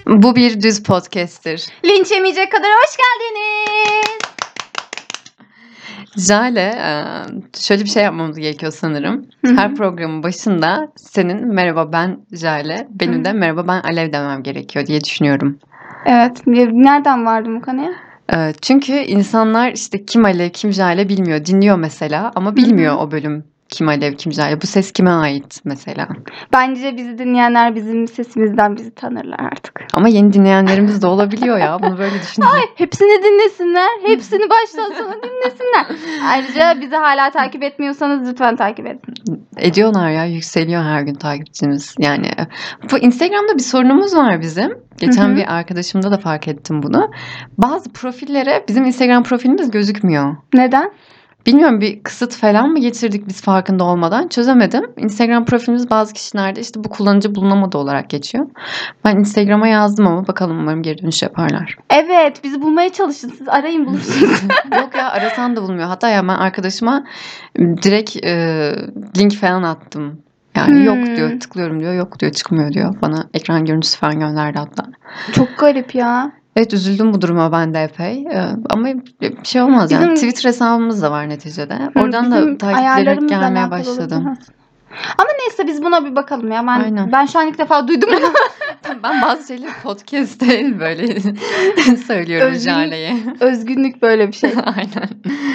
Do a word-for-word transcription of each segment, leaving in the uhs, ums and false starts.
Bu bir düz podcast'tir. Linç yemeyecek kadar hoş geldiniz. Jale, şöyle bir şey yapmamız gerekiyor sanırım. Hı hı. Her programın başında senin merhaba ben Jale, benim Hı hı. de merhaba ben Alev demem gerekiyor diye düşünüyorum. Evet. Nereden vardı bu konuya? Ee, Çünkü insanlar işte kim Alev kim Jale bilmiyor. Dinliyor mesela ama bilmiyor Hı hı. o bölüm kim Alev kim Jale. Bu ses kime ait mesela. Bence bizi dinleyenler bizim sesimizden bizi tanırlar artık. Ama yeni dinleyenlerimiz de olabiliyor ya. Bunu böyle düşünelim. Ay, hepsini dinlesinler. Hepsini baştan sona dinlesinler. Ayrıca bizi hala takip etmiyorsanız lütfen takip edin. Ediyorlar ya, yükseliyor her gün takipçimiz. Yani bu Instagram'da bir sorunumuz var bizim. Geçen Hı hı. bir arkadaşımda da fark ettim bunu. Bazı profillere bizim Instagram profilimiz gözükmüyor. Neden? Bilmiyorum, bir kısıt falan mı getirdik biz farkında olmadan, çözemedim. Instagram profilimiz bazı kişilerde işte bu kullanıcı bulunamadı olarak geçiyor. Ben Instagram'a yazdım ama bakalım, umarım geri dönüş yaparlar. Evet, bizi bulmaya çalışın. Siz arayın bulursunuz. Yok ya, arasan da bulmuyor. Hatta ya ben arkadaşıma direkt e, link falan attım. Yani Hmm. yok diyor, tıklıyorum diyor, yok diyor, çıkmıyor diyor. Bana ekran görüntüsü falan gönderdi hatta. Çok garip ya. Evet, üzüldüm bu duruma ben de epey. Ee, ama bir şey olmaz yani. Bizim Twitter hesabımız da var neticede. Hı, Oradan da bizim takipçilerim ayarlarımızla gelmeye alakalı başladı. olabilir aslında. Ama neyse biz buna bir bakalım ya. Ben Aynen. ben şu an ilk defa duydum bunu. Ben bazı şeyleri podcast'te böyle söylüyorum Özgün- Jale'ye. Özgünlük böyle bir şey. Aynen.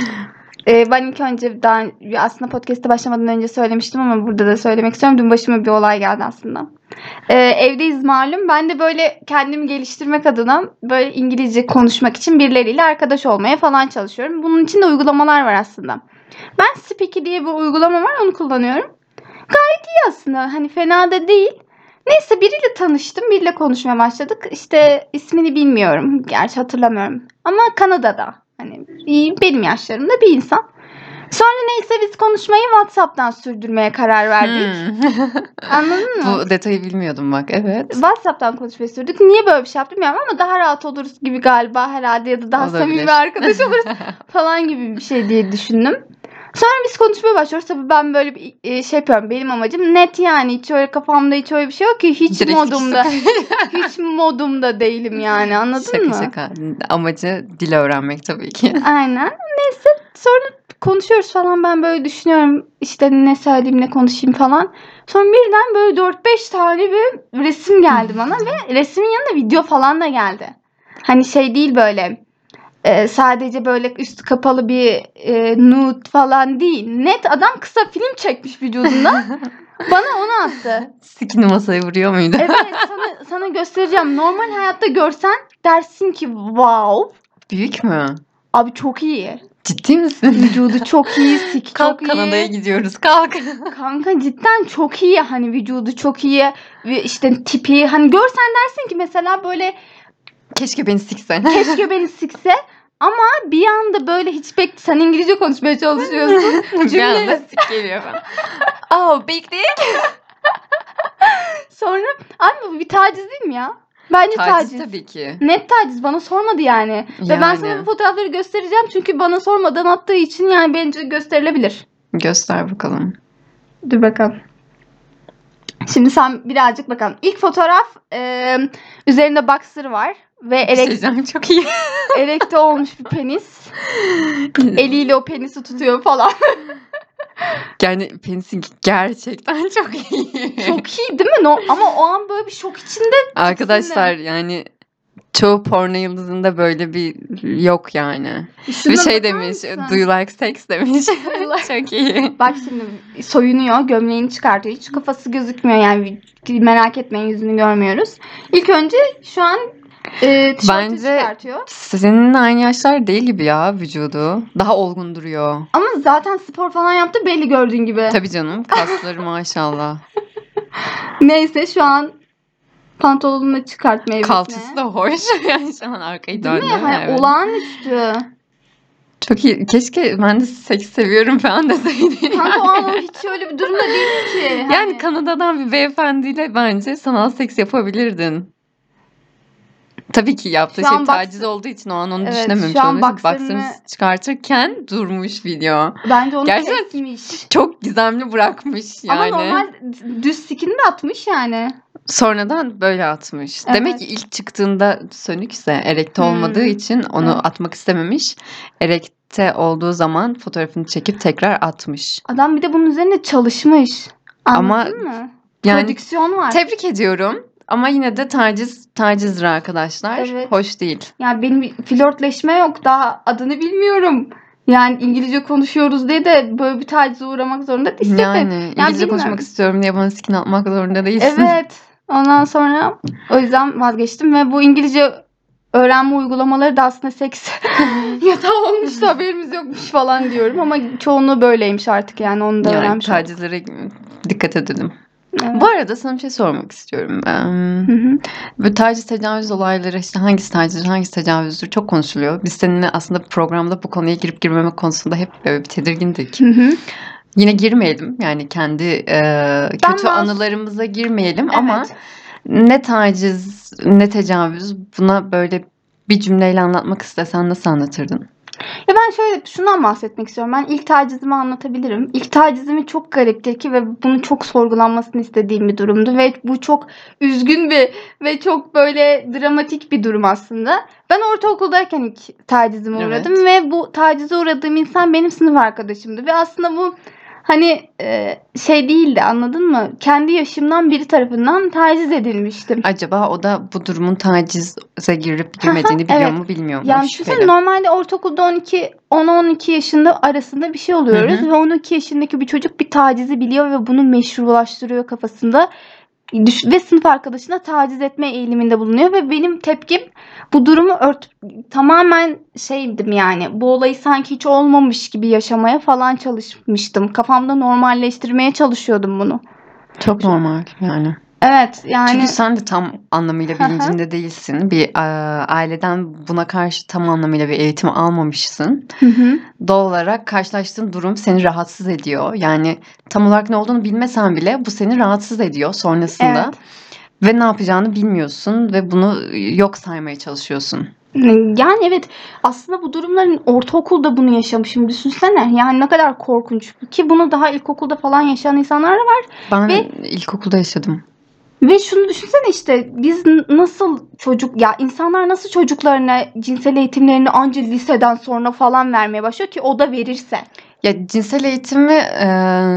Ee, ben ilk önce daha aslında podcast'e başlamadan önce söylemiştim ama burada da söylemek istiyorum. Dün başıma bir olay geldi aslında. Ee, evdeyiz malum. Ben de böyle kendimi geliştirmek adına böyle İngilizce konuşmak için birileriyle arkadaş olmaya falan çalışıyorum. Bunun için de uygulamalar var aslında. Ben Speaky diye bir uygulama var, onu kullanıyorum. Gayet iyi aslında. Hani fena da değil. Neyse biriyle tanıştım. Biriyle konuşmaya başladık. İşte ismini bilmiyorum. Gerçi hatırlamıyorum. Ama Kanada'da. Hani iyi, benim yaşlarımda bir insan. Sonra neyse biz konuşmayı WhatsApp'tan sürdürmeye karar verdik. Hmm. Anladın mı? Bu detayı bilmiyordum bak, evet. WhatsApp'tan konuşmayı sürdük. Niye böyle bir şey yaptım bilmiyorum ama daha rahat oluruz gibi galiba herhalde, ya da daha Olabilir. samimi arkadaş oluruz falan gibi bir şey diye düşündüm. Sonra biz konuşmaya başlıyoruz. Tabii ben böyle bir e, şey yapıyorum. Benim amacım net yani. Hiç öyle kafamda hiç öyle bir şey yok ki. Hiç Direkt modumda. ikisi- hiç modumda değilim yani. Anladın şaka mı? şaka. Amacı dil öğrenmek tabii ki. Aynen. Neyse sonra konuşuyoruz falan. Ben böyle düşünüyorum. İşte ne söyleyeyim, ne konuşayım falan. Sonra birden böyle dört beş tane bir resim geldi bana ve resmin yanında video falan da geldi. Hani şey değil böyle. e, sadece böyle üstü kapalı bir e, nude falan değil. Net adam kısa film çekmiş vücudunda. Bana onu attı. Sikini masaya vuruyor muydu? Evet, sana sana göstereceğim. Normal hayatta görsen dersin ki wow. Büyük mü? Abi çok iyi. Ciddi misin? Vücudu çok iyi, siki Kalk, çok iyi. Kanada'ya gidiyoruz, kalk. Kanka cidden çok iyi. Hani vücudu çok iyi. Ve işte tipi. Hani görsen dersin ki mesela böyle Keşke beni siksen. keşke beni sikse. Ama bir anda böyle hiç bek... Sen İngilizce konuşmaya çalışıyorsun. Bir anda Cümle. sik geliyor falan. Oh, big değil. Sonra abi bu bir taciz değil mi ya? Bence Taciz taciz. tabii ki. Net taciz, bana sormadı yani. Ve ben Yani. sana bu fotoğrafları göstereceğim çünkü bana sormadan attığı için yani bence gösterilebilir. Göster bakalım. Dur bakalım. Şimdi sen birazcık bakalım. İlk fotoğraf e, üzerinde boxer var ve Bir şey erek, diyeceğim, çok iyi. erekte olmuş bir penis. Eliyle o penisi tutuyor falan. Yani penisi gerçekten çok iyi. Çok iyi değil mi? No, ama o an böyle bir şok içinde. Arkadaşlar yani çoğu porno yıldızında böyle bir yok yani. Şuna Bir şey bakar demiş, mısın? do you like sex demiş. Çok iyi. Bak şimdi soyunuyor, gömleğini çıkartıyor. Hiç kafası gözükmüyor yani, merak etmeyin, yüzünü görmüyoruz. İlk önce şu an e, tişörtü Bence çıkartıyor. seninle aynı yaşlar değil gibi ya vücudu. Daha olgun duruyor. Ama zaten spor falan yaptı belli, gördüğün gibi. Tabii canım, kasları maşallah. Neyse şu an pantolonunu da çıkartma evresine. Kalçası da hoş. Yani şu an arkayı Değil mi? döndü. Hani Evet. olağanüstü. Çok iyi. Keşke ben de seks seviyorum falan deseydin. Kanka o Yani. an o hiç öyle bir durumda değil ki. Yani Hani- Kanada'dan bir beyefendiyle bence sanal seks yapabilirdin. Tabii ki yaptığı Şu şey an taciz boxer- olduğu için o an onu Evet, düşünememiş şu an olabilir. boxer'ını- Boxer'ını çıkartırken durmuş video. Bence onu Gerçekten kesmiş. çok gizemli bırakmış yani. Ama normal düz skin'i de atmış yani. Sonradan böyle atmış. Demek Evet. ki ilk çıktığında sönükse, erekte olmadığı Hmm. için onu Evet. atmak istememiş. Erekte olduğu zaman fotoğrafını çekip tekrar atmış. Adam bir de bunun üzerine çalışmış. Ama Anladın mı? yani Prodüksiyon var. tebrik ediyorum. Ama yine de taciz tacizdir arkadaşlar. Evet. Hoş değil. Yani benim bir flörtleşme yok. Daha adını bilmiyorum. Yani İngilizce konuşuyoruz diye de böyle bir tacize uğramak zorunda değilsin. Yani Yani İngilizce konuşmak bilmiyorum. istiyorum diye bana skin atmak zorunda değilsin. Evet. Ondan sonra o yüzden vazgeçtim ve bu İngilizce öğrenme uygulamaları da aslında seks yatağı olmuş da haberimiz yokmuş falan diyorum ama çoğunluğu böyleymiş artık yani onu da Yani öğrenmiş olduk. tacizlere dikkat edelim. Evet. Bu arada sana bir şey sormak istiyorum. Hı hı. Bu taciz tecavüz olayları işte hangisi tacizdir hangisi tecavüzdür çok konuşuluyor. Biz seninle aslında programda bu konuya girip girmemek konusunda hep böyle bir tedirgindik. Hı hı. Yine girmeyelim yani kendi e, kötü mas- anılarımıza girmeyelim Evet. ama ne taciz ne tecavüz buna böyle bir cümleyle anlatmak istesen nasıl anlatırdın? Ya ben şöyle şundan bahsetmek istiyorum. Ben ilk tacizimi anlatabilirim. İlk tacizimi çok gariptir ki ve bunu çok sorgulanmasını istediğim bir durumdu ve bu çok üzgün bir ve çok böyle dramatik bir durum aslında. Ben ortaokuldayken ilk tacizime Evet. uğradım ve bu tacize uğradığım insan benim sınıf arkadaşımdı ve aslında bu hani e, şey değildi, anladın mı? Kendi yaşımdan biri tarafından taciz edilmiştim. Acaba o da bu durumun tacize girip girmediğini biliyor Evet. mu bilmiyor mu? Yani Şüpheli. düşünsene normalde ortaokulda on iki on on iki yaşında arasında bir şey oluyoruz Hı hı. ve on iki yaşındaki bir çocuk bir tacizi biliyor ve bunu meşrulaştırıyor kafasında. Düş- Ve sınıf arkadaşına taciz etme eğiliminde bulunuyor ve benim tepkim bu durumu ört tamamen şeydim yani bu olayı sanki hiç olmamış gibi yaşamaya falan çalışmıştım. Kafamda normalleştirmeye çalışıyordum bunu. Çok normal yani. Evet yani Çünkü sen de tam anlamıyla Hı hı. bilincinde değilsin. Bir e, aileden buna karşı tam anlamıyla bir eğitim almamışsın. Hı hı. Doğal olarak karşılaştığın durum seni rahatsız ediyor. Yani tam olarak ne olduğunu bilmesen bile bu seni rahatsız ediyor sonrasında. Evet. Ve ne yapacağını bilmiyorsun ve bunu yok saymaya çalışıyorsun. Yani evet aslında bu durumların ortaokulda bunu yaşamışım düşünsene yani ne kadar korkunç ki bunu daha ilkokulda falan yaşayan insanlar da var Ben Ve- ilkokulda yaşadım. ve şunu düşünsene işte biz n- nasıl çocuk ya insanlar nasıl çocuklarına cinsel eğitimlerini anca liseden sonra falan vermeye başlıyor ki o da verirse. Ya cinsel eğitimi e,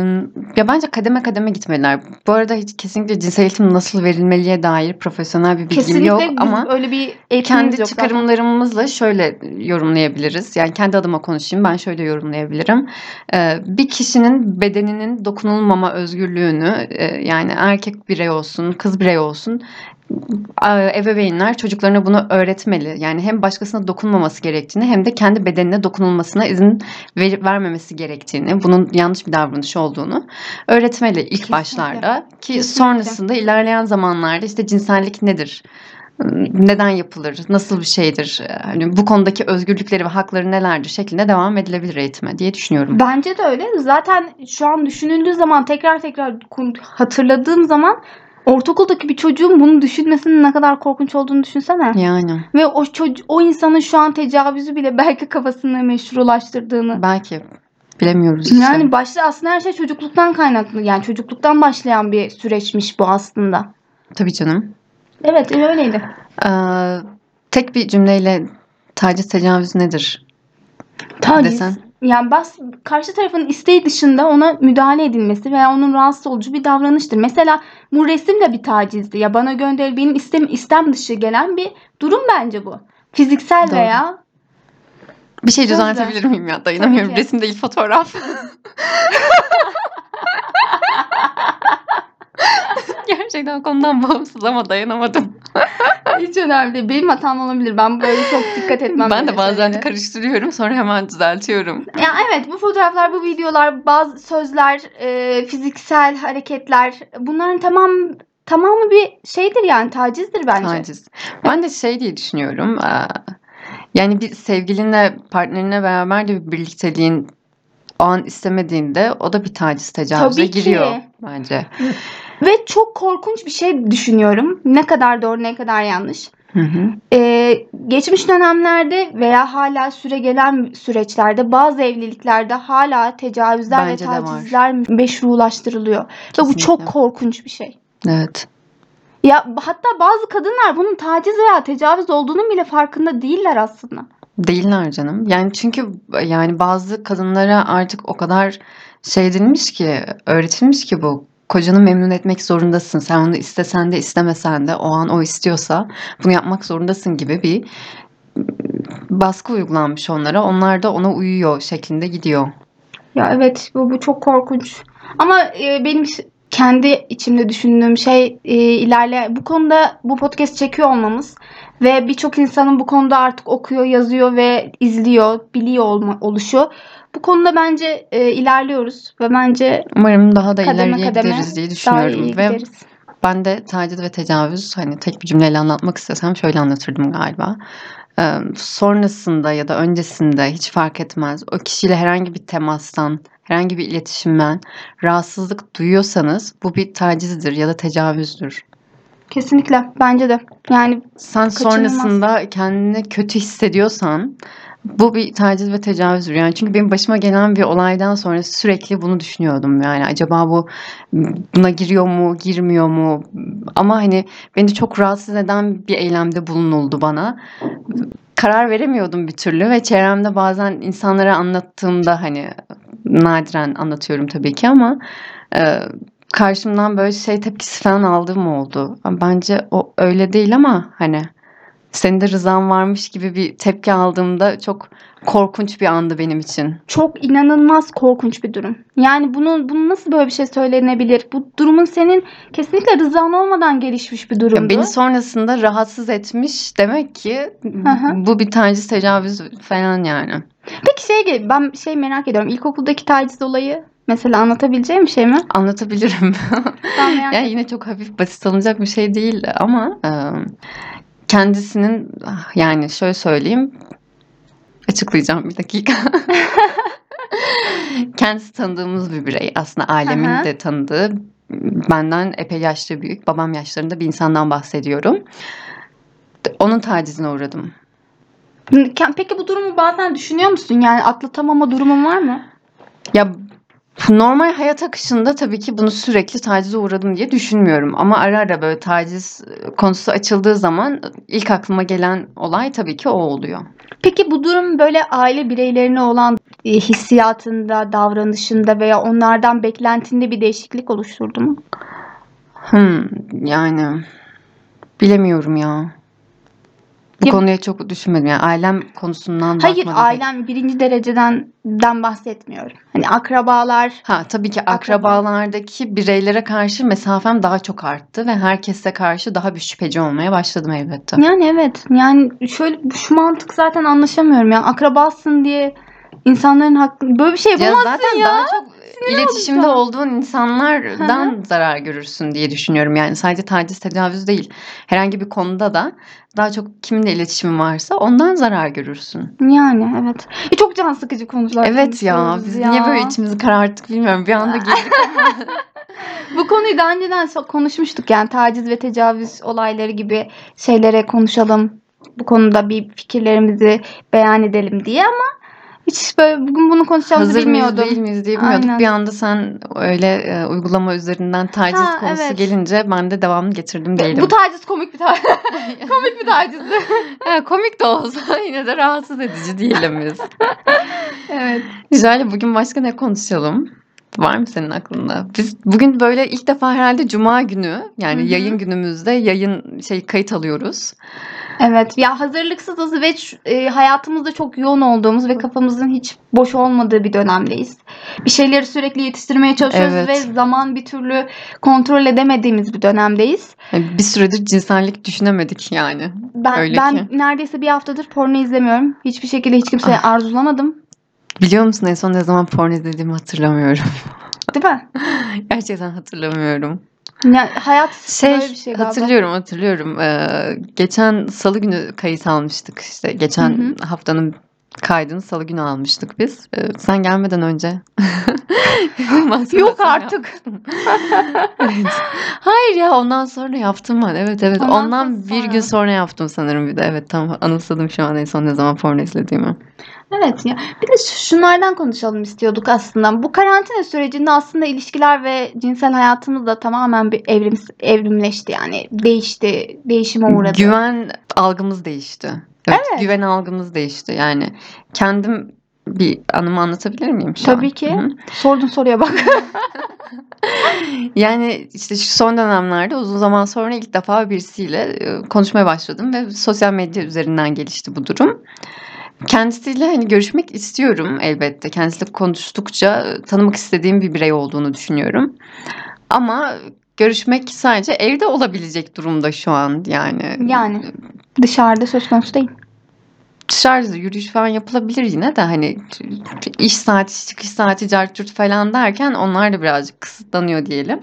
ya bence kademe kademe gitmeliler. Bu arada hiç kesinlikle cinsel eğitim nasıl verilmeliye dair profesyonel bir bilgim Kesinlikle yok biz ama öyle bir eğitimimiz kendi yok zaten. çıkarımlarımızla şöyle yorumlayabiliriz. Yani kendi adıma konuşayım. Ben şöyle yorumlayabilirim. Ee, bir kişinin bedeninin dokunulmama özgürlüğünü e, yani erkek birey olsun, kız birey olsun e, ebeveynler çocuklarına bunu öğretmeli. Yani hem başkasına dokunmaması gerektiğini hem de kendi bedenine dokunulmasına izin ver, vermemesi gerektiğini, bunun yanlış bir davranış olduğunu öğretmeli ilk Kesinlikle. başlarda ki Kesinlikle. sonrasında ilerleyen zamanlarda işte cinsellik nedir? Neden yapılır? Nasıl bir şeydir? Hani bu konudaki özgürlükleri ve hakları nelerdir şeklinde devam edilebilir eğitime diye düşünüyorum. Bence de öyle. Zaten şu an düşünüldüğü zaman tekrar tekrar hatırladığım zaman ortaokuldaki bir çocuğun bunu düşünmesinin ne kadar korkunç olduğunu düşünsene. Yani Ve o çocuk, o insanın şu an tecavüzü bile belki kafasında meşrulaştırdığını. belki bilemiyoruz işte. Yani başta aslında her şey çocukluktan kaynaklı. Yani çocukluktan başlayan bir süreçmiş bu aslında. Tabii canım. Evet, öyleydi. Ee, tek bir cümleyle taciz tecavüz nedir Taciz. desen? Yani bas, karşı tarafın isteği dışında ona müdahale edilmesi veya onun rahatsız olucu bir davranıştır. Mesela bu resim de bir tacizdi. Ya bana gönder benim istem, istem dışı gelen bir durum bence bu. Fiziksel Doğru. veya Bir şey Sözler. düzeltebilir miyim ya? Dayanamıyorum. Tabii ki. Resim değil fotoğraf. Gerçekten konudan bağımsız ama dayanamadım. hiç önemli değil. Benim hatam olabilir. Ben böyle çok dikkat etmem. Ben de böyle bazen şeylere. karıştırıyorum sonra hemen düzeltiyorum. Ya evet bu fotoğraflar, bu videolar, bazı sözler, e, fiziksel hareketler bunların tamam tamamı bir şeydir yani tacizdir bence. Taciz. Ben de şey diye düşünüyorum. eee, Yani bir sevgilinle, partnerine beraber de bir birlikteliğin o an istemediğinde o da bir taciz tecavüze Tabii ki. giriyor bence. Ve çok korkunç bir şey düşünüyorum. Ne kadar doğru ne kadar yanlış. Hı hı. Ee, geçmiş dönemlerde veya hala süregelen süreçlerde bazı evliliklerde hala tecavüzler Bence ve de var. tacizler meşrulaştırılıyor. Ve bu Kesinlikle. çok korkunç bir şey. Evet. Ya hatta bazı kadınlar bunun taciz veya tecavüz olduğunun bile farkında değiller aslında. Değiller canım. Yani çünkü yani bazı kadınlara artık o kadar şey edilmiş ki, öğretilmiş ki bu. Kocanı memnun etmek zorundasın. Sen onu istesen de istemesen de o an o istiyorsa bunu yapmak zorundasın gibi bir baskı uygulanmış onlara. Onlar da ona uyuyor şeklinde gidiyor. Ya evet, bu, bu çok korkunç. Ama e, benim ş- kendi içimde düşündüğüm şey e, ilerle bu konuda bu podcast çekiyor olmamız ve birçok insanın bu konuda artık okuyor, yazıyor ve izliyor, biliyor olma, oluşu. Bu konuda bence e, ilerliyoruz ve bence Umarım daha da kademe ileriye kademe gideriz diye daha iyi düşünüyorum ve gideriz. ben de taciz ve tecavüz hani tek bir cümleyle anlatmak istesem şöyle anlatırdım galiba. Ee, sonrasında ya da öncesinde hiç fark etmez. O kişiyle herhangi bir temastan, herhangi bir iletişimden rahatsızlık duyuyorsanız bu bir tacizdir ya da tecavüzdür. Kesinlikle bence de. Yani Sen kaçınılmaz. sonrasında kendini kötü hissediyorsan bu bir taciz ve tecavüzdür. Yani çünkü benim başıma gelen bir olaydan sonra sürekli bunu düşünüyordum. Yani acaba bu buna giriyor mu, girmiyor mu? Ama hani beni çok rahatsız eden bir eylemde bulunuldu bana. Karar veremiyordum bir türlü ve çevremde bazen insanlara anlattığımda hani nadiren anlatıyorum tabii ki ama e, karşımdan böyle şey tepkisi falan aldığım oldu. Bence o öyle değil ama hani senin de rızan varmış gibi bir tepki aldığımda çok korkunç bir andı benim için. Çok inanılmaz korkunç bir durum. Yani bunu, bunu nasıl böyle bir şey söylenebilir? Bu durumun senin kesinlikle rızan olmadan gelişmiş bir Ya durumdu. beni sonrasında rahatsız etmiş demek ki Hı hı. bu bir taciz tecavüz falan yani. Peki şey gel- ben şey merak ediyorum. İlkokuldaki taciz olayı mesela anlatabileceğim bir şey mi? Anlatabilirim. Ben merak Yani ettim. yine çok hafif basit alınacak bir şey değil ama e, kendisinin yani şöyle söyleyeyim açıklayacağım bir dakika. Kendisi tanıdığımız bir birey. Aslında Hı ailemin hı. de tanıdığı benden epey yaşça büyük babam yaşlarında bir insandan bahsediyorum. Onun tacizine uğradım. Ke- Peki bu durumu bazen düşünüyor musun? Yani atlatamama durumun var mı? Ya normal hayat akışında tabii ki bunu sürekli tacize uğradım diye düşünmüyorum. Ama ara ara böyle taciz konusu açıldığı zaman ilk aklıma gelen olay tabii ki o oluyor. Peki bu durum böyle aile bireylerine olan e, hissiyatında, davranışında veya onlardan beklentinde bir değişiklik oluşturdu mu? Hmm, yani bilemiyorum ya. Bu Ya, konuya çok düşünmedim. Yani ailem konusundan hayır, bakmadım pek. ailem birinci dereceden den bahsetmiyorum. Hani akrabalar, Ha tabii ki akraba. akrabalardaki bireylere karşı mesafem daha çok arttı ve herkese karşı daha bir şüpheci olmaya başladım elbette. Yani evet. Yani şöyle şu mantık zaten anlaşamıyorum ya. Akrabasın diye insanların hakkı böyle bir şey Ya yapamazsın zaten ya. daha çok iletişimde şu an. olduğun Hı hı. insanlardan zarar görürsün diye düşünüyorum. Yani sadece taciz, tecavüz değil. Herhangi bir konuda da daha çok kiminle iletişimin varsa ondan zarar görürsün. Yani evet. E, çok can sıkıcı konular Evet ya, konuşuyoruz biz niye böyle ya. içimizi kararttık bilmiyorum. Bir anda girdik ama. Bu konuyu daha önceden so- konuşmuştuk, yani taciz ve tecavüz olayları gibi şeylere konuşalım. Bu konuda bir fikirlerimizi beyan edelim diye ama hiç böyle bugün bunu konuşacağımızı Hazır mıyız değil bilmiyordum. miyiz diye bilmiyorduk. Bir Aynen. anda sen öyle e, uygulama üzerinden taciz Ha konusu evet. gelince ben de devamını getirdim Ve bu diyelim. taciz komik bir taciz. komik bir tacizdi. Ha, komik de olsa yine de rahatsız edici diyelim biz. Evet. Jale bugün başka ne konuşalım? Var mı senin aklında? Biz bugün böyle ilk defa herhalde Cuma günü Hı yani hı. yayın günümüzde yayın şey kayıt alıyoruz. Evet. Ya hazırlıksızız ve şu- e, hayatımızda çok yoğun olduğumuz ve kafamızın hiç boş olmadığı bir dönemdeyiz. Bir şeyleri sürekli yetiştirmeye çalışıyoruz ve Evet. zaman bir türlü kontrol edemediğimiz bir dönemdeyiz. Yani bir süredir cinsellik düşünemedik yani. Ben Öyle ben ki. neredeyse bir haftadır porno izlemiyorum. Hiçbir şekilde hiç kimseye Ah, arzulamadım. biliyor musun en son ne zaman porno izlediğimi hatırlamıyorum. Değil mi? Gerçekten hatırlamıyorum. Ya, hayat Şey böyle bir şey galiba. hatırlıyorum hatırlıyorum. Ee, geçen salı günü kayıt almıştık işte Hı geçen hı. haftanın Kaydını salı günü almıştık biz. Ee, sen gelmeden önce. Yok Mastürbasyon artık. yaptım. Evet. Hayır ya, ondan sonra yaptım ben. Evet evet. Ondan Ondan bir sonra. gün sonra yaptım sanırım bir de. Evet, tamam, anımsadım şu an en son ne zaman porno izlediğimi. Evet ya. Bir de şunlardan konuşalım istiyorduk aslında. Bu karantina sürecinde aslında ilişkiler ve cinsel hayatımız da tamamen bir evrim, evrimleşti yani. Değişti, değişime uğradı. Güven algımız değişti. Evet, Evet. güven algımız değişti. Yani kendim bir anımı anlatabilir miyim şu Tabii an? ki. Hı hı. Sordun soruya bak. Yani işte şu son dönemlerde uzun zaman sonra ilk defa birisiyle e, konuşmaya başladım ve sosyal medya üzerinden gelişti bu durum. Kendisiyle hani görüşmek istiyorum elbette. Kendisiyle konuştukça e, tanımak istediğim bir birey olduğunu düşünüyorum. Ama görüşmek sadece evde olabilecek durumda şu an yani. Yani dışarıda söz konusu değil. Dışarıda yürüyüş falan yapılabilir yine de hani iş saati, çıkış saati, cart curt falan derken onlar da birazcık kısıtlanıyor diyelim.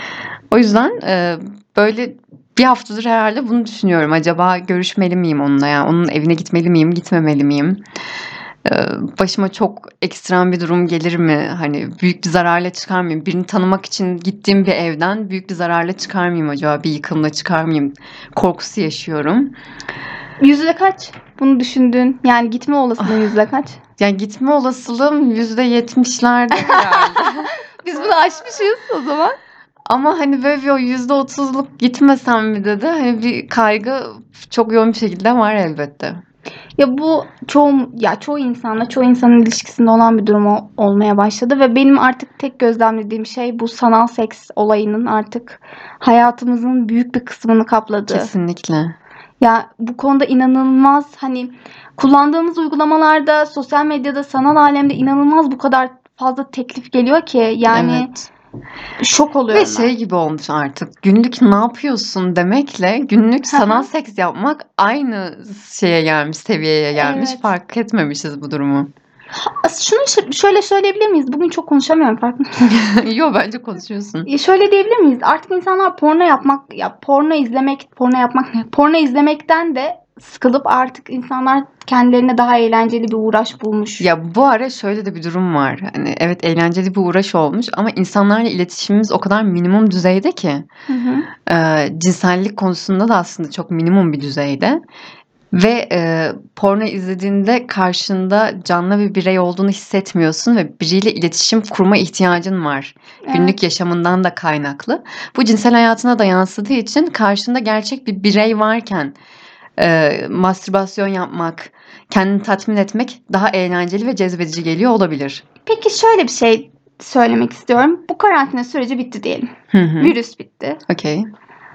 O yüzden e, böyle bir haftadır herhalde bunu düşünüyorum. Acaba görüşmeli miyim onunla ya? Onun evine gitmeli miyim, gitmemeli miyim? E, Başıma çok ekstrem bir durum gelir mi? Hani büyük bir zararla çıkar mıyım? Birini tanımak için gittiğim bir evden büyük bir zararla çıkar mıyım acaba? Bir yıkımla çıkar mıyım? Korkusu yaşıyorum. Yüzde kaç bunu düşündün? Yani gitme olasılığın yüzde kaç? Yani gitme olasılığım yüzde yetmişlerde herhalde. Biz bunu aşmışız o zaman. Ama hani böyle bir o yüzde otuzluk gitmesem mi dedi. Hani bir kaygı çok yoğun bir şekilde var elbette. Ya bu çoğu ya çoğu insanla çoğu insanın ilişkisinde olan bir durum ol- olmaya başladı ve benim artık tek gözlemlediğim şey bu sanal seks olayının artık hayatımızın büyük bir kısmını kapladı. Kesinlikle. Ya bu konuda inanılmaz hani kullandığımız uygulamalarda, sosyal medyada, sanal alemde inanılmaz bu kadar fazla teklif geliyor ki yani Evet. şok Ve oluyorum şey ben. gibi olmuş artık. Günlük ne yapıyorsun demekle günlük Hı hı. sanal seks yapmak aynı şeye gelmiş, seviyeye gelmiş. Evet. Fark etmemişiz bu durumu. As- Şunu ş- şöyle söyleyebilir miyiz? Bugün çok konuşamıyorum farkında mısın? Yo, bence konuşuyorsun. E, Şöyle diyebilir miyiz? Artık insanlar porno yapmak, ya porno izlemek, porno yapmak ne? Porno izlemekten de sıkılıp artık insanlar kendilerine daha eğlenceli bir uğraş bulmuş. Ya bu ara şöyle de bir durum var. Hani evet, eğlenceli bir uğraş olmuş ama insanlarla iletişimimiz o kadar minimum düzeyde ki. Hı hı. Ee, cinsellik konusunda da aslında çok minimum bir düzeyde. Ve e, porno izlediğinde karşında canlı bir birey olduğunu hissetmiyorsun ve biriyle iletişim kurma ihtiyacın var. Günlük Evet. yaşamından da kaynaklı. Bu cinsel hayatına da yansıdığı için karşında gerçek bir birey varken e, mastürbasyon yapmak, kendini tatmin etmek daha eğlenceli ve cezbedici geliyor olabilir. Peki şöyle bir şey söylemek istiyorum. Bu karantina süreci bitti diyelim. Hı hı. Virüs bitti. Okey.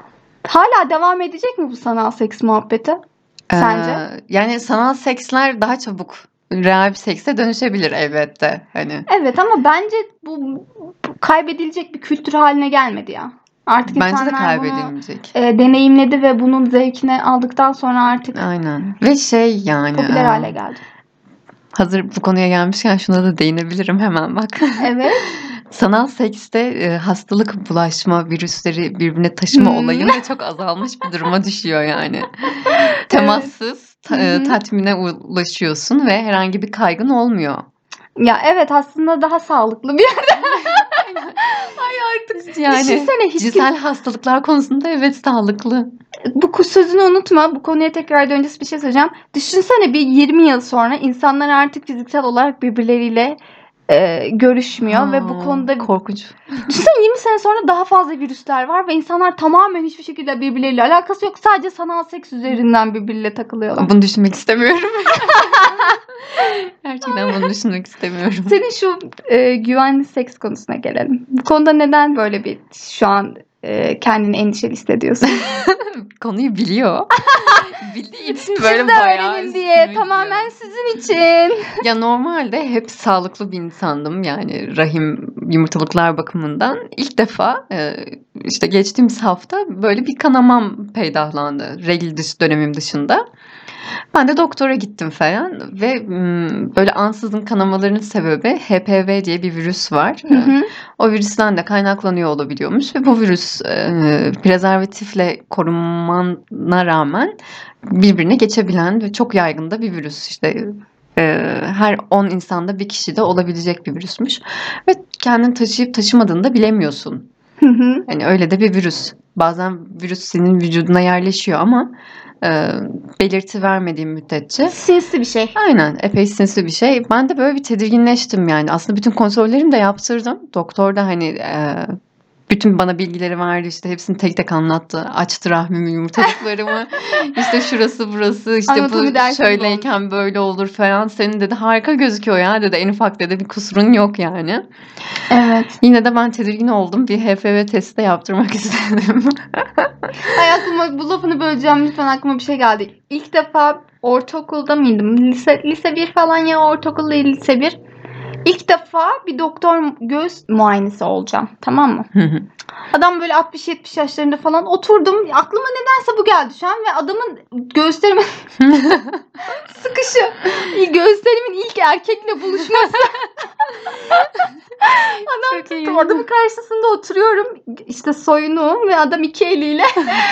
Hala devam edecek mi bu sanal seks muhabbeti? Sence? Ee, yani sanal seksler daha çabuk real bir sekse dönüşebilir elbette. Hani Evet ama bence bu, bu kaybedilecek bir kültür haline gelmedi ya. Artık bence de insanlar bunu kaybedilmeyecek. e, deneyimledi ve bunun zevkini aldıktan sonra artık Aynen. Ve şey yani popüler e, hale geldi. hazır bu konuya gelmişken şuna da değinebilirim hemen bak. Evet. Sanal sekste e, hastalık bulaşma, virüsleri birbirine taşıma Hmm. olayı da çok azalmış bir duruma düşüyor yani. Temassız ta- Hı e, hı. tatmine ulaşıyorsun ve herhangi bir kaygın olmuyor. Ya evet aslında daha sağlıklı bir yer. Ay artık Yani düşünsene hiç cinsel kimse hastalıklar konusunda evet sağlıklı. bu kuş sözünü unutma. Bu konuya tekrar döneceğiz bir şey söyleyeceğim. Düşünsene bir yirmi yıl sonra insanlar artık fiziksel olarak birbirleriyle e, görüşmüyor ve bu Ha, konuda korkunç. düşünsene yirmi sene sonra daha fazla virüsler var ve insanlar tamamen hiçbir şekilde birbirleriyle alakası yok. Sadece sanal seks üzerinden birbiriyle takılıyorlar. Bunu düşünmek istemiyorum. Gerçekten bunu düşünmek istemiyorum. Senin şu e, güvenli seks konusuna gelelim. Bu konuda neden böyle bir şu an e, kendini endişeli hissediyorsun? Konuyu biliyor. Bildiği için böyle Siz de bayağı öğrenin üstüme diye. gidiyor. Tamamen sizin için. Ya normalde hep sağlıklı bir insandım. Yani rahim yumurtalıklar bakımından. İlk defa e, işte geçtiğimiz hafta böyle bir kanamam peydahlandı. Regl dışı dönemim dışında. Ben de doktora gittim falan ve m, böyle ansızın kanamaların sebebi H P V diye bir virüs var. Hı hı. O virüsten de kaynaklanıyor olabiliyormuş ve bu virüs e, prezervatifle korunmana rağmen birbirine geçebilen ve çok yaygın da bir virüs işte. Eee, her on insanda bir kişide olabilecek bir virüsmüş ve kendini taşıyıp taşımadığını da bilemiyorsun. Hı hı. Hani öyle de bir virüs. Bazen virüs senin vücuduna yerleşiyor ama eee, belirti vermediğin müddetçe Sinsi bir şey. aynen epey sinsi bir şey. Ben de böyle bir tedirginleştim yani. Aslında bütün kontrollerimi de yaptırdım. Doktor da hani eee, bütün bana bilgileri verdi işte hepsini tek tek anlattı. Açtı rahmimi, yumurtalıklarımı. İşte şurası burası işte Anatomi bu dersi gibi olmuş. şöyleyken böyle olur falan. Senin dedi harika gözüküyor ya dedi. En ufak dedi bir kusurun yok yani. Evet. Yine de ben tedirgin oldum. Bir H P V testi de yaptırmak istedim. Ay aklıma bu lafını böleceğim lütfen aklıma bir şey geldi. İlk defa ortaokulda mıydım? Lise, lise bir falan ya ortaokul değil lise bir. İlk defa bir doktor göğüs muayenesi olacağım. Tamam mı? Hı hı. Adam böyle altmış yetmiş yaşlarında falan oturdum. Aklıma nedense bu geldi şu an ve adamın göğüslerimin sıkışı. Göğüslerimin ilk erkekle buluşması. Çok iyi. Adam adamın karşısında oturuyorum. İşte soyunu ve adam iki eliyle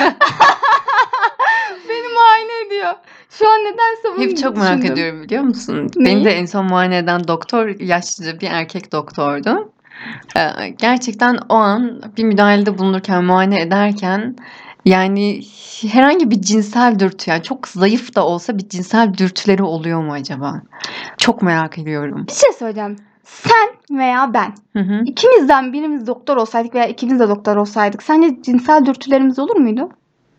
beni muayene ediyor. Şu an nedense bunu Hep çok merak düşündüm. ediyorum biliyor musun? Neyi? Beni de en son muayene eden doktor yaşlıca bir erkek doktordu. Ee, gerçekten o an bir müdahalede bulunurken, muayene ederken yani herhangi bir cinsel dürtü yani çok zayıf da olsa bir cinsel dürtüleri oluyor mu acaba? Çok merak ediyorum. Bir şey söyleyeceğim. Sen veya ben Hı hı. ikimizden birimiz doktor olsaydık veya ikimiz de doktor olsaydık sence cinsel dürtülerimiz olur muydu?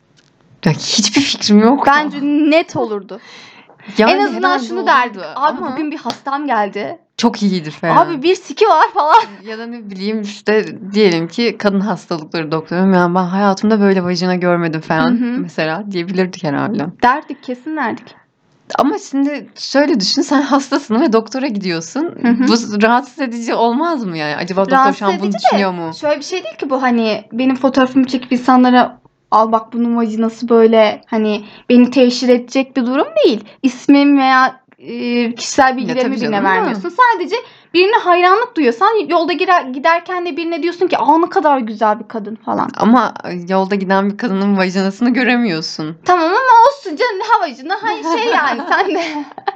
Ya hiçbir fikrim yok. Bence net olurdu. Yani en azından herhalde şunu olurdu derdik. Abi ama bugün bir hastam geldi. çok iyidir falan. Abi bir siki var falan. Ya da ne bileyim işte diyelim ki kadın hastalıkları doktorum ya ben hayatımda böyle vajina görmedim falan Hı hı. mesela diyebilirdik herhalde. Derdik kesin derdik. Ama şimdi şöyle düşün sen hastasın ve doktora gidiyorsun. Hı hı. Bu rahatsız edici olmaz mı yani? Acaba doktor Rahatsız şu an bunu edici de düşünüyor mu? şöyle bir şey değil ki bu hani benim fotoğrafımı çekip insanlara al bak bunun vajinası böyle hani beni teşhir edecek bir durum değil. İsmim veya e, kişisel bilgilerimi tabii birine canım da. vermiyorsun. Sadece birine hayranlık duyuyorsan yolda girer, giderken de birine diyorsun ki aa ne kadar güzel bir kadın falan. Ama yolda giden bir kadının vajinasını göremiyorsun. Tamam ama olsun canım havacına hani şey yani sen de.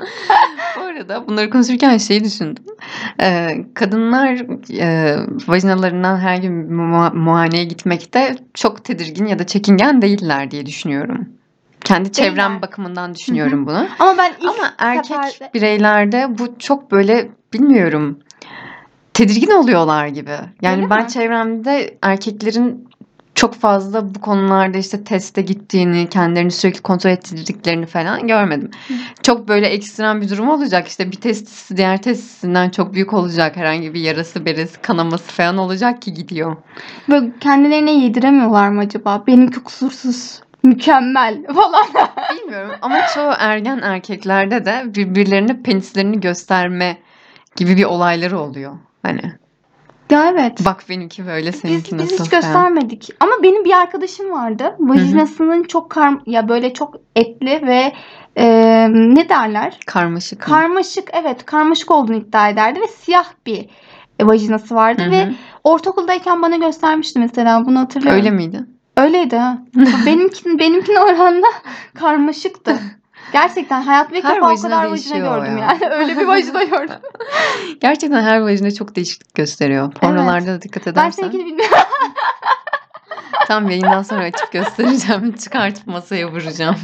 Bu arada bunları konuşurken şeyi düşündüm. Ee, kadınlar e, vajinalarından herhangi bir mua- muayeneye gitmekte çok tedirgin ya da çekingen değiller diye düşünüyorum. Kendi çevrem Değiller. bakımından düşünüyorum bunu. Ama ben ilk Ama erkek seferde bireylerde bu çok böyle bilmiyorum tedirgin oluyorlar gibi. Yani Öyle ben mi? çevremde erkeklerin çok fazla bu konularda işte teste gittiğini, kendilerini sürekli kontrol ettirdiklerini falan görmedim. Hı. Çok böyle ekstrem bir durum olacak. İşte bir testisi diğer testisinden çok büyük olacak. Herhangi bir yarası, beresi, kanaması falan olacak ki gidiyor. Böyle kendilerine yediremiyorlar mı acaba? Benimki kusursuz, mükemmel falan. Bilmiyorum ama çoğu ergen erkeklerde de birbirlerine penislerini gösterme gibi bir olayları oluyor. Hani Ya evet. bak benimki böyle, Biz seninki biz nasıl hiç falan. göstermedik. Ama benim bir arkadaşım vardı. Vajinasının çok kar ya böyle çok etli ve e, ne derler? Karmaşık mı? Karmaşık, evet, karmaşık olduğunu iddia ederdi ve siyah bir e, vajinası vardı Hı ve hı. ortaokuldayken bana göstermişti mesela. Bunu hatırlıyorum. Öyle miydi? Öyleydi ha. Benimkin benimkine oranla karmaşıktı. Gerçekten hayatımda ilk Her defa o vajina kadar vajina değişiyor gördüm ya. yani. Öyle bir vajina gördüm. Gerçekten her vajina çok değişiklik gösteriyor. Pornolarda da dikkat Ben edersen. seninkini bilmiyorum. Tam yayından sonra açıp göstereceğim. Çıkartıp masaya vuracağım.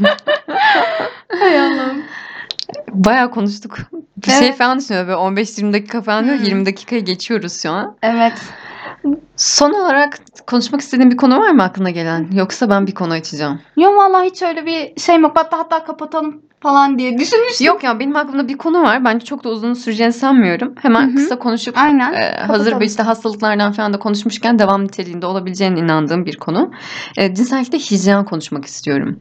Hay Allah'ım. Bayağı konuştuk. Bir şey Evet. falan düşünüyorum. Böyle on beş yirmi dakika falan diyor. Hmm. yirmi dakikayı geçiyoruz şu an. Evet. Son olarak konuşmak istediğin bir konu var mı aklına gelen? Yoksa ben bir konu açacağım. Yok vallahi hiç öyle bir şey yok. Hatta hatta kapatalım falan diye düşünmüştüm. Yok ya benim aklımda bir konu var. Bence çok da uzun süreceğini sanmıyorum. Hemen Hı hı. kısa konuşup Aynen. e, hazır Kapatalım. bir işte hastalıklardan falan da konuşmuşken devam niteliğinde olabileceğine inandığım bir konu. E, cinsellikte hijyen konuşmak istiyorum.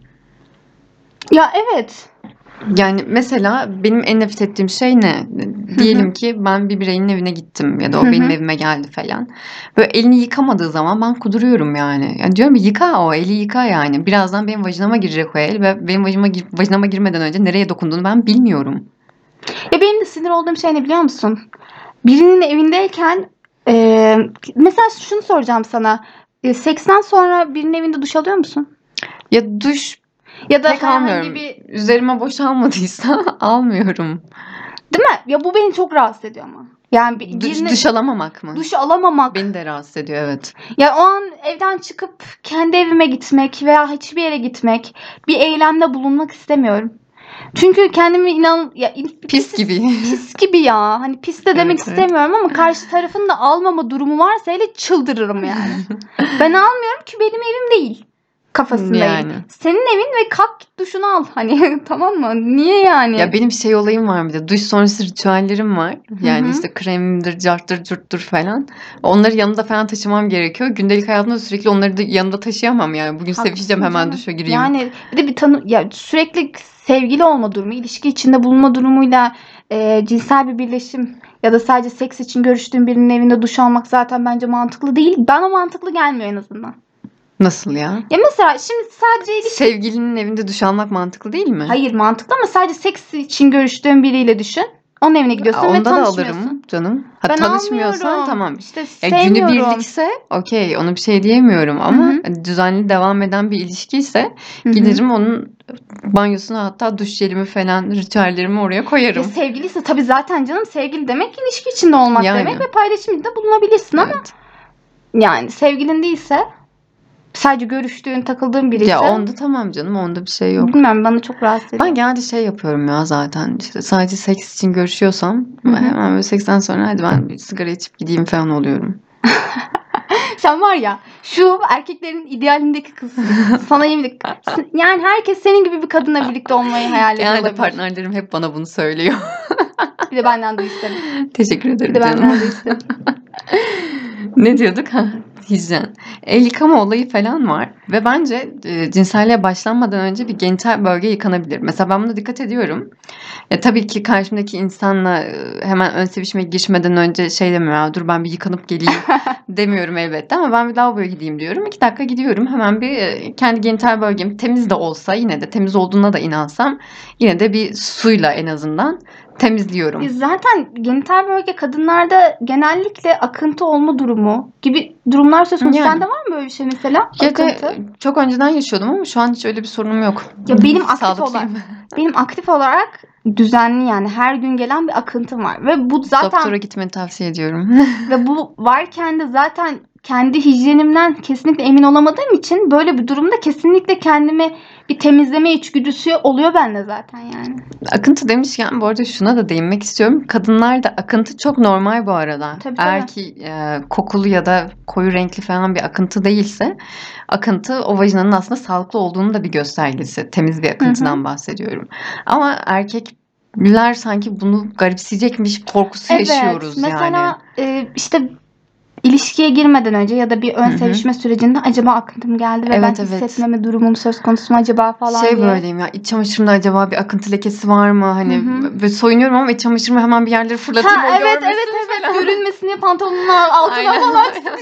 Ya evet. Yani mesela benim en nefret ettiğim şey ne? Diyelim ki ben bir bireyin evine gittim ya da o Hı benim hı. evime geldi falan. Böyle elini yıkamadığı zaman ben kuduruyorum yani. Yani diyorum yıka o eli yıka yani. Birazdan benim vajinama girecek o el ve benim vajinama, gir- vajinama girmeden önce nereye dokunduğunu ben bilmiyorum. Ya benim de sinir olduğum şey ne biliyor musun? Birinin evindeyken e, mesela şunu soracağım sana. E, seksten sonra birinin evinde duş alıyor musun? Ya duş Ya da pek herhangi almıyorum. bir Üzerime boşalmadıysa almıyorum. Değil mi? Ya bu beni çok rahatsız ediyor ama. Yani bir, Duş, birine duş alamamak mı? duş alamamak. Beni de rahatsız ediyor, evet. Ya o an evden çıkıp kendi evime gitmek veya hiçbir yere gitmek, bir eylemde bulunmak istemiyorum. Çünkü kendimi inan ya in- Pis gibi. pis gibi ya. Hani pis de demek Evet, evet. istemiyorum ama karşı tarafın da almama durumu varsa hele çıldırırım yani. Ben almıyorum ki benim evim değil. Kafasındayım. Yani. Senin evin ve kalk git duşunu al. Hani tamam mı? Niye yani? Ya benim şey olayım var bir de. Duş sonrası ritüellerim var. Yani Hı hı. işte kremimdir, carttır, curttur falan. Onları yanımda falan taşımam gerekiyor. Gündelik hayatımda sürekli onları da yanımda taşıyamam yani. Bugün Haklısın sevişeceğim, hemen canım. duşa gireyim. Yani bir de bir tanı ya sürekli sevgili olma durumu, ilişki içinde bulunma durumuyla e, cinsel bir birleşim ya da sadece seks için görüştüğün birinin evinde duş almak zaten bence mantıklı değil. Bana mantıklı gelmiyor en azından. Nasıl ya? Ya mesela şimdi sadece ilişki Sevgilinin evinde duş almak mantıklı değil mi? hayır mantıklı ama sadece seks için görüştüğün biriyle düşün. Onun evine gidiyorsun Aa, ve onda da tanışmıyorsun. alırım canım. Ha, Ben tanışmıyorsan almıyorum. tamam. İşte Ya sevmiyorum. günübirlikse okey, ona bir şey diyemiyorum Hı ama hı. düzenli devam eden bir ilişkiyse Hı hı. giderim onun banyosuna, hatta duş jelimi falan, ritüellerimi oraya Ya koyarım. sevgiliyse tabii zaten canım sevgili demek ilişki içinde olmak Yani. demek ve paylaşımda bulunabilirsin ama Evet. yani sevgilin değilse sadece görüştüğün, takıldığın biri Ya ise onda tamam canım, onda bir şey yok. bilmem bana çok rahatsız ediyor. Ben genelde şey yapıyorum ya zaten, işte sadece seks için görüşüyorsam Hı hı. hemen böyle seksten sonra hadi ben bir sigara içip gideyim falan oluyorum. Sen var ya şu erkeklerin idealindeki kızsın. Sana yemin ederim. Yani herkes senin gibi bir kadınla birlikte olmayı hayal ediyor Genelde olabilir. partnerlerim hep bana bunu söylüyor. Bir de benden duy isterim. Teşekkür Bir ederim de canım. benden duy isterim. Ne diyorduk? Ha, hijyen. El yıkama olayı falan var ve bence e, cinselliğe başlanmadan önce bir genital bölge yıkanabilir. Mesela ben buna dikkat ediyorum. E, tabii ki karşımdaki insanla e, hemen ön sevişmeye girişmeden önce şey demiyorum, "Ya dur ben bir yıkanıp geleyim" demiyorum elbette, ama ben bir lavaboya gideyim diyorum. İki dakika gidiyorum, hemen bir e, kendi genital bölgem temiz de olsa, yine de temiz olduğuna da inansam, yine de bir suyla en azından temizliyorum. E Zaten genital bölge kadınlarda genellikle akıntı olma durumu gibi durumlar söz konusu. Yani. Sende var mı böyle bir şey mesela? Ya Akıntı. da çok önceden yaşıyordum ama şu an hiç öyle bir sorunum yok. Ya benim aktif olarak Sağlıklıyım. benim aktif olarak düzenli yani her gün gelen bir akıntım var ve bu zaten Doktora gitmeni tavsiye ediyorum. ve bu varken de zaten kendi hijyenimden kesinlikle emin olamadığım için böyle bir durumda kesinlikle kendimi bir temizleme içgüdüsü oluyor bende zaten yani. Akıntı demişken bu arada şuna da değinmek istiyorum. Kadınlarda akıntı çok normal bu arada. Tabii, Eğer tabii. ki e, kokulu ya da koyu renkli falan bir akıntı değilse, akıntı o vajinanın aslında sağlıklı olduğunun da bir göstergesi. Temiz bir akıntıdan bahsediyorum. Ama erkekler sanki bunu garipseyecekmiş korkusu Evet. yaşıyoruz yani. Mesela e, işte ilişkiye girmeden önce ya da bir ön Hı hı. sevişme sürecinde acaba akıntım geldi ve Evet, ben evet. hissetmeme durumum söz konusu mu acaba falan Şey diye. böyleyim ya, iç çamaşırımda acaba bir akıntı lekesi var mı? Hani Hı hı. böyle soyunuyorum ama iç çamaşırımı hemen bir yerlere fırlatayım, Ha o evet görmesin evet evet falan. görünmesin diye pantolonun altına Aynen. falan.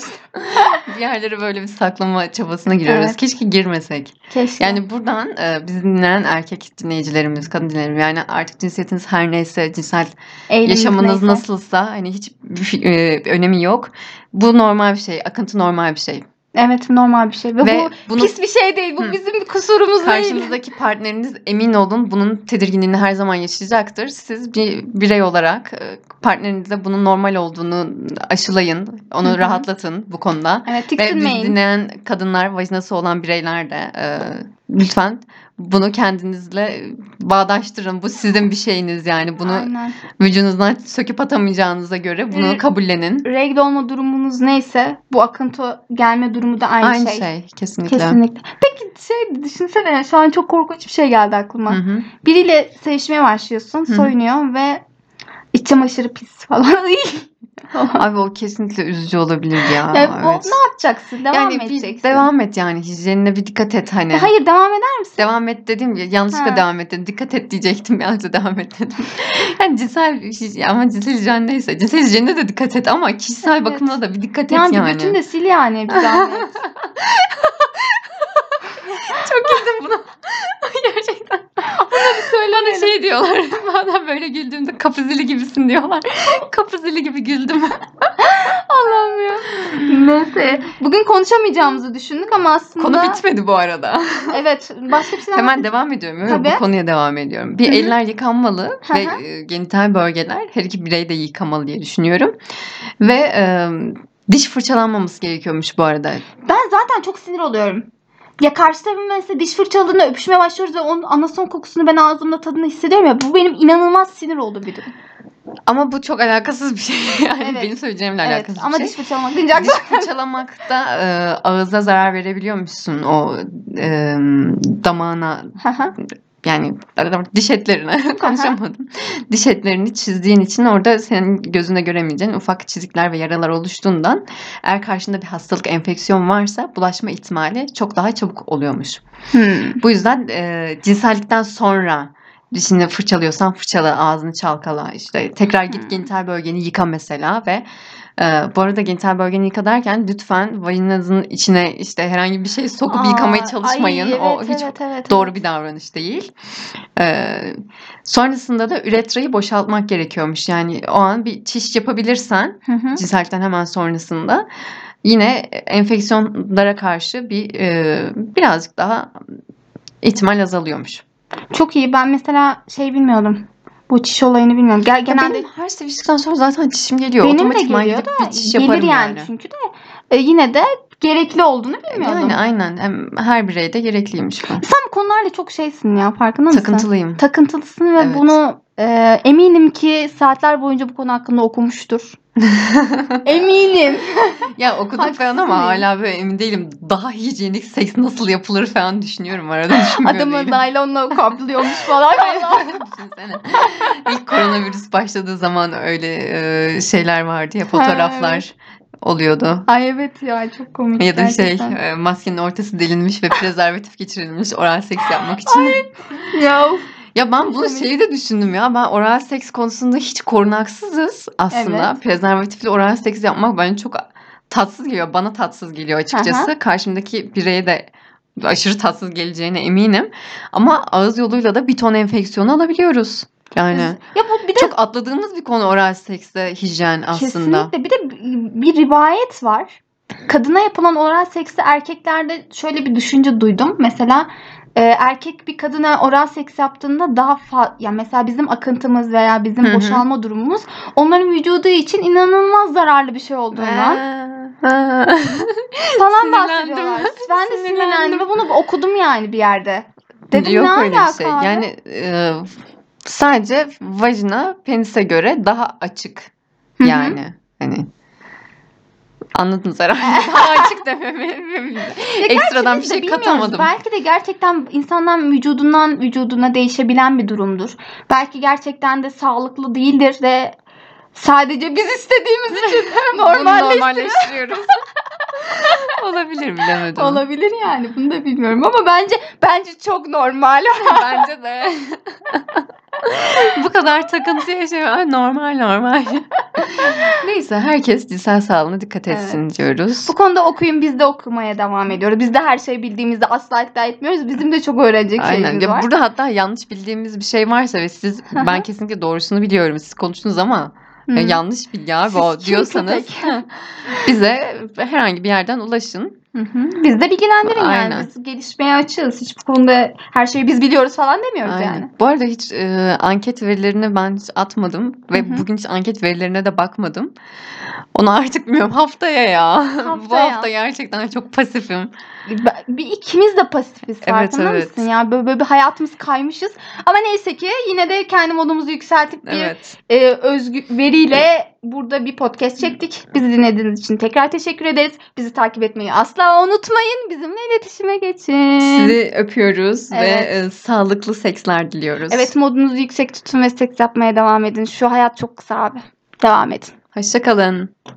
Bir yerlere böyle bir saklama çabasına giriyoruz. Evet. Keşke girmesek. Keşke. Yani buradan e, bizi dinleyen erkek dinleyicilerimiz, kadın dinleyicilerimiz, yani artık cinsiyetiniz her neyse, cinsel Eğiliminiz yaşamınız neyse. nasılsa, hani hiç e, önemi yok. Bu normal bir şey. Akıntı normal bir şey. Evet normal bir şey ve, Ve bu bunu pis bir şey değil. Bu Hı. bizim bir kusurumuz değil. karşınızdaki partneriniz, emin olun, bunun tedirginliğini her zaman yaşayacaktır. Siz bir birey olarak e, partnerinize bunun normal olduğunu aşılayın. Onu Hı hı. rahatlatın bu konuda. Evet Ve bizi tiksinmeyin. dinleyen kadınlar, vajinası olan bireyler de e, lütfen bunu kendinizle bağdaştırın. Bu sizin bir şeyiniz yani. Bunu Aynen. vücudunuzdan söküp atamayacağınıza göre bunu R- kabullenin. Regl olma durumunuz neyse bu akıntı gelme durumu da aynı, Aynı şey. şey kesinlikle. Kesinlikle. Peki şey düşünsene şu an çok korkunç bir şey geldi aklıma. Hı hı. Biriyle sevişmeye başlıyorsun, Hı hı. soyunuyor ve iç çamaşırı pis falan. Abi o kesinlikle üzücü olabilir ya. Yani o, Evet. ne yapacaksın? Devam Yani mı bir edeceksin? devam et yani, hijyenine bir dikkat et hani. Ya hayır devam eder misin? Devam et dedim ya, yanlışlıkla Ha. devam et dedim. Dikkat et diyecektim, yanlışlıkla devam et dedim. Yani cinsel hij- ama cinsel hijyen neyse, cinsel hijyenine de dikkat et ama kişisel Evet. bakımına da bir dikkat et Yani bir yani. götünü de sil yani bir zahmet. Çok güldüm buna. Gerçekten. Bunu bir Bana şey diyorlar. Bana böyle güldüğümde kapı zili gibisin diyorlar. Kapı zili gibi güldüm. Allah'ım ya. Neyse. Bugün konuşamayacağımızı düşündük ama aslında... Konu bitmedi bu arada. Evet. Başka bir şey Hemen devam ediyorum. Evet, Tabii. bu konuya devam ediyorum. Bir Hı hı. eller yıkanmalı Hı ve hı. e, genital bölgeler her iki birey de yıkamalı diye düşünüyorum. Ve e, diş fırçalanmaması gerekiyormuş bu arada. Ben zaten çok sinir oluyorum. Ya karşı tarafın mesela diş fırçaladığında öpüşmeye başlıyoruz ve onun anason kokusunu ben ağzımda tadını hissediyorum ya. Bu benim inanılmaz sinir oldu bir durum. Ama bu çok alakasız bir şey. Yani Evet. benim söyleyeceğimle Evet alakasız ama bir şey. diş fırçalamak deyince Diş fırçalamakta e, ağıza zarar verebiliyormuşsun o e, damağına yani diş etlerine konuşamadım. Diş etlerini çizdiğin için orada senin gözünde göremeyeceğin ufak çizikler ve yaralar oluştuğundan eğer karşında bir hastalık, enfeksiyon varsa bulaşma ihtimali çok daha çabuk oluyormuş. Hmm. Bu yüzden e, cinsellikten sonra dişini fırçalıyorsan fırçala, ağzını çalkala, işte tekrar git Hmm. genital bölgeni yıka mesela ve e, bu arada genital bölgeni yıka derken lütfen vajinanızın içine işte herhangi bir şey sokup Aa, yıkamaya çalışmayın. ay, O evet, hiç evet, evet, doğru evet. bir davranış değil. E, sonrasında da üretrayı boşaltmak gerekiyormuş. Yani o an bir çiş yapabilirsen Hı hı. cinsellikten hemen sonrasında yine enfeksiyonlara karşı bir e, birazcık daha ihtimal azalıyormuş. Çok iyi. Ben mesela şey bilmiyordum. Bu çiş olayını bilmiyorum. Gel, Ya genelde benim her seviştikten sonra zaten çişim geliyor. benim de Otomatikman geliyor gidip da bir çiş gelir yaparım yani, yani. çünkü de e, yine de gerekli olduğunu bilmiyordum. Yani aynen. Hem her bireyde gerekliymiş bu. Sen bu konularla çok şeysin ya, farkında mısın? Takıntılıyım. Takıntılısın ve Evet. bunu e, eminim ki saatler boyunca bu konu hakkında okumuştur. Eminim. Ya okudum Haksız falan ama mıyım? hala böyle emin değilim. Daha hijyenik seks nasıl yapılır falan düşünüyorum. Arada düşünmüyor Adamı değilim. naylonla kaplıyormuş falan. Düşünsene. İlk koronavirüs başladığı zaman öyle e, şeyler vardı ya, fotoğraflar Evet. oluyordu. Ay evet ya, çok komik Ya da gerçekten. şey e, maskenin ortası delinmiş ve prezervatif geçirilmiş oral seks yapmak için. Ya of. Ya ben Çok bunu komik. şeyi de düşündüm ya. Ben oral seks konusunda hiç korunaksızız aslında. Evet. Prezervatifli oral seks yapmak bence çok tatsız geliyor. Bana tatsız geliyor açıkçası. Hı Karşımdaki bireye de aşırı tatsız geleceğine eminim. Ama ağız yoluyla da bir ton enfeksiyon alabiliyoruz. Yani Ya bu bir de çok atladığımız bir konu oral sekste hijyen aslında. kesinlikle bir de bir rivayet var. Kadına yapılan oral sekste erkeklerde şöyle bir düşünce duydum. Mesela e, erkek bir kadına oral seks yaptığında daha fa- yani mesela bizim akıntımız veya bizim Hı hı. boşalma durumumuz onların vücudu için inanılmaz zararlı bir şey olduğundan Ha. falan Sinirlendim. bahsediyorlar. Ben de sinirlendim Sinirlendim. ve bunu okudum yani bir yerde. Dedim Yok ne öyle bir alaka şey. abi? Yani e, sadece vajina penise göre daha açık. Hı hı. Yani hani anladınız herhalde. Daha açık dememi. Ya Ekstradan bir biz de şey bilmiyoruz. katamadım. Belki de gerçekten insandan vücudundan vücuduna değişebilen bir durumdur. Belki gerçekten de sağlıklı değildir de sadece biz istediğimiz için Bunu normalleştiriyoruz. normalleştiriyoruz. Olabilir, bilemedim. Olabilir yani, bunu da bilmiyorum ama bence bence çok normal. Bence de. Bu kadar takıntı yaşıyor. Ay, normal normal. Neyse, herkes cinsel sağlığına dikkat etsin Evet. diyoruz. Bu konuda okuyun, biz de okumaya devam ediyoruz. Biz de her şeyi bildiğimizde asla iddia etmiyoruz. Bizim de çok öğrenecek Aynen. şeyimiz Ya var. burada hatta yanlış bildiğimiz bir şey varsa ve siz ben kesinlikle doğrusunu biliyorum. Siz konuştunuz ama Hı. ya yanlış bilgi abi Siz o kim diyorsanız köpek? bize herhangi bir yerden ulaşın. Hı hı. Biz de bilgilendirin yani. Aynen. Biz gelişmeye açığız. Hiç bu konuda her şeyi biz biliyoruz falan demiyoruz Aynen. yani. Bu arada hiç e, anket verilerini ben hiç atmadım ve Hı hı. bugün hiç anket verilerine de bakmadım. Onu artık bilmiyorum, haftaya ya. Bu Haftaya. hafta gerçekten çok pasifim. Ben- Bir ikimiz de pasifiz, Evet, farkında evet. mısın ya? Böyle, böyle bir hayatımız kaymışız. Ama neyse ki yine de kendi modumuzu yükseltip bir Evet. e, özgü veriyle burada bir podcast çektik. Bizi dinlediğiniz için tekrar teşekkür ederiz. Bizi takip etmeyi asla unutmayın. Bizimle iletişime geçin. Sizi öpüyoruz Evet. ve e, sağlıklı seksler diliyoruz. Evet, modunuzu yüksek tutun ve seks yapmaya devam edin. Şu hayat çok kısa abi. Devam edin. Hoşça kalın.